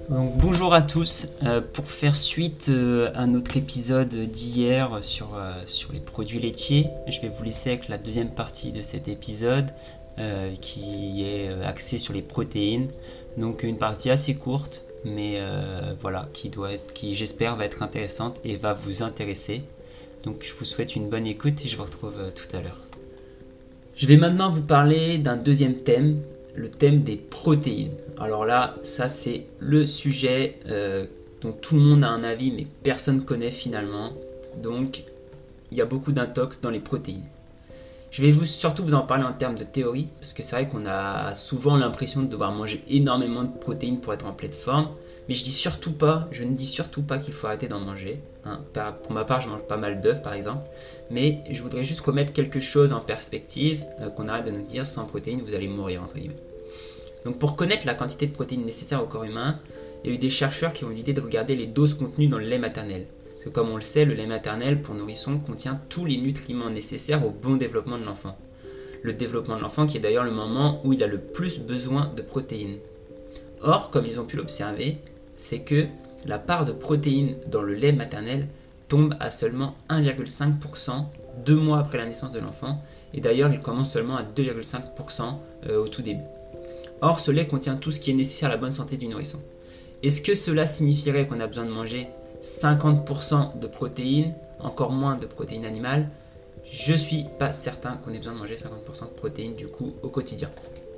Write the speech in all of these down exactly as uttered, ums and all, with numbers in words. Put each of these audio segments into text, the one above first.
Donc, bonjour à tous. Euh, pour faire suite euh, à notre épisode d'hier sur, euh, sur les produits laitiers, je vais vous laisser avec la deuxième partie de cet épisode euh, qui est axée sur les protéines. Donc une partie assez courte, mais euh, voilà, qui doit être, qui j'espère va être intéressante et va vous intéresser. Donc je vous souhaite une bonne écoute et je vous retrouve euh, tout à l'heure. Je vais maintenant vous parler d'un deuxième thème, le thème des protéines. Alors là, ça c'est le sujet euh, dont tout le monde a un avis, mais personne ne connaît finalement. Donc, il y a beaucoup d'intox dans les protéines. Je vais vous, surtout vous en parler en termes de théorie, parce que c'est vrai qu'on a souvent l'impression de devoir manger énormément de protéines pour être en pleine forme. Mais je dis surtout pas, je ne dis surtout pas qu'il faut arrêter d'en manger. Hein. Pour ma part, je mange pas mal d'œufs par exemple. Mais je voudrais juste remettre quelque chose en perspective, euh, qu'on arrête de nous dire sans protéines, vous allez mourir entre guillemets. Donc pour connaître la quantité de protéines nécessaires au corps humain, il y a eu des chercheurs qui ont eu l'idée de regarder les doses contenues dans le lait maternel. Parce que comme on le sait, le lait maternel pour nourrissons contient tous les nutriments nécessaires au bon développement de l'enfant. Le développement de l'enfant qui est d'ailleurs le moment où il a le plus besoin de protéines. Or, comme ils ont pu l'observer, c'est que la part de protéines dans le lait maternel tombe à seulement un virgule cinq pour cent deux mois après la naissance de l'enfant, et d'ailleurs il commence seulement à deux virgule cinq pour cent au tout début. Or, ce lait contient tout ce qui est nécessaire à la bonne santé du nourrisson. Est-ce que cela signifierait qu'on a besoin de manger cinquante pour cent de protéines, encore moins de protéines animales? Je ne suis pas certain qu'on ait besoin de manger cinquante pour cent de protéines du coup au quotidien.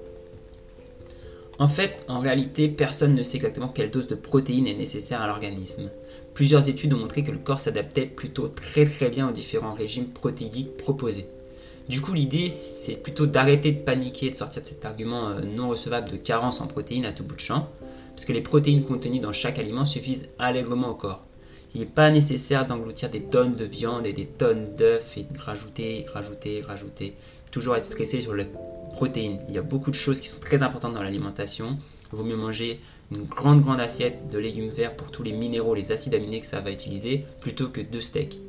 En fait, en réalité, personne ne sait exactement quelle dose de protéines est nécessaire à l'organisme. Plusieurs études ont montré que le corps s'adaptait plutôt très très bien aux différents régimes protéidiques proposés. Du coup, l'idée, c'est plutôt d'arrêter de paniquer et de sortir de cet argument non recevable de carence en protéines à tout bout de champ, parce que les protéines contenues dans chaque aliment suffisent allègrement au corps. Il n'est pas nécessaire d'engloutir des tonnes de viande et des tonnes d'œufs et de rajouter, rajouter, rajouter, toujours être stressé sur les protéines. Il y a beaucoup de choses qui sont très importantes dans l'alimentation. Il vaut mieux manger une grande, grande assiette de légumes verts pour tous les minéraux, les acides aminés que ça va utiliser, plutôt que deux steaks.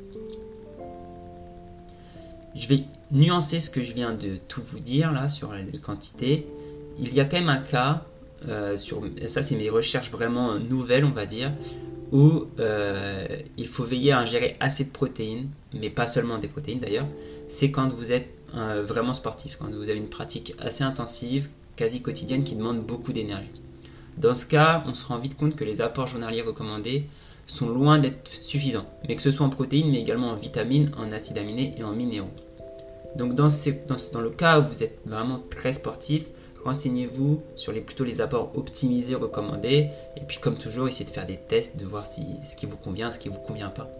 Je vais nuancer ce que je viens de tout vous dire là sur les quantités. Il y a quand même un cas, euh, sur, ça c'est mes recherches vraiment nouvelles on va dire, où euh, il faut veiller à ingérer assez de protéines, mais pas seulement des protéines d'ailleurs, c'est quand vous êtes euh, vraiment sportif, quand vous avez une pratique assez intensive, quasi quotidienne qui demande beaucoup d'énergie. Dans ce cas, on se rend vite compte que les apports journaliers recommandés sont loin d'être suffisants, mais que ce soit en protéines, mais également en vitamines, en acides aminés et en minéraux. Donc dans, ces, dans, dans le cas où vous êtes vraiment très sportif, renseignez-vous sur les, plutôt les apports optimisés recommandés, et puis comme toujours, essayez de faire des tests, de voir si, ce qui vous convient, ce qui ne vous convient pas.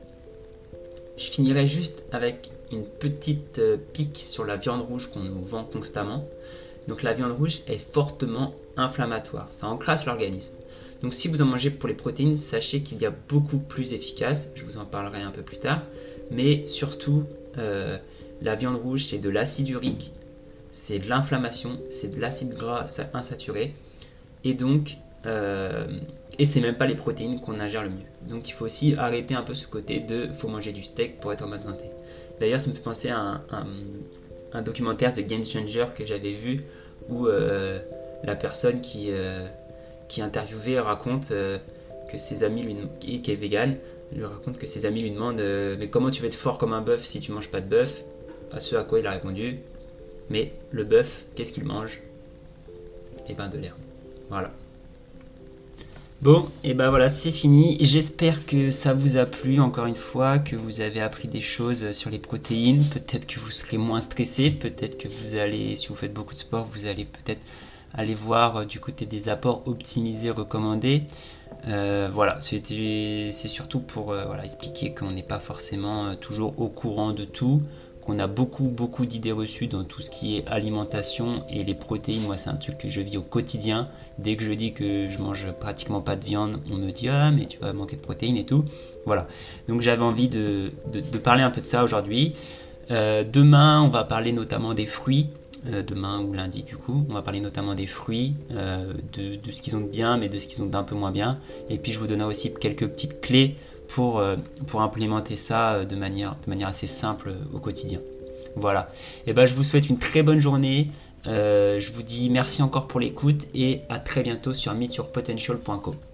Je finirai juste avec une petite euh, pique sur la viande rouge qu'on nous vend constamment. Donc la viande rouge est fortement inflammatoire, ça encrasse l'organisme. Donc si vous en mangez pour les protéines, sachez qu'il y a beaucoup plus efficace, je vous en parlerai un peu plus tard, mais surtout euh, la viande rouge c'est de l'acide urique, c'est de l'inflammation, c'est de l'acide gras insaturé, et donc euh, et c'est même pas les protéines qu'on ingère le mieux. Donc il faut aussi arrêter un peu ce côté de faut manger du steak pour être en bonne santé. D'ailleurs ça me fait penser à un, un, un documentaire The Game Changer que j'avais vu où euh, la personne qui euh, qui est interviewé raconte euh, que ses amis lui et qui est vegan lui raconte que ses amis lui demandent euh, mais comment tu veux être fort comme un bœuf si tu manges pas de bœuf? À ce à quoi il a répondu mais le bœuf qu'est-ce qu'il mange? Et ben de l'herbe. Voilà. Bon, et ben voilà, c'est fini. J'espère que ça vous a plu encore une fois, que vous avez appris des choses sur les protéines. Peut-être que vous serez moins stressé, peut-être que vous allez, si vous faites beaucoup de sport, vous allez peut-être aller voir du côté des apports optimisés recommandés. Euh, voilà, c'est surtout pour euh, voilà, expliquer qu'on n'est pas forcément euh, toujours au courant de tout, qu'on a beaucoup beaucoup d'idées reçues dans tout ce qui est alimentation, et les protéines, moi c'est un truc que je vis au quotidien. Dès que je dis que je mange pratiquement pas de viande, on me dit ah mais tu vas manquer de protéines et tout. Voilà, donc j'avais envie de, de, de parler un peu de ça aujourd'hui. Euh, demain on va parler notamment des fruits. Euh, demain ou lundi du coup, on va parler notamment des fruits, euh, de, de ce qu'ils ont de bien mais de ce qu'ils ont d'un peu moins bien, et puis je vous donnerai aussi quelques petites clés pour, euh, pour implémenter ça de manière, de manière assez simple au quotidien. Voilà, et ben je vous souhaite une très bonne journée, euh, je vous dis merci encore pour l'écoute et à très bientôt sur meet your potential point co.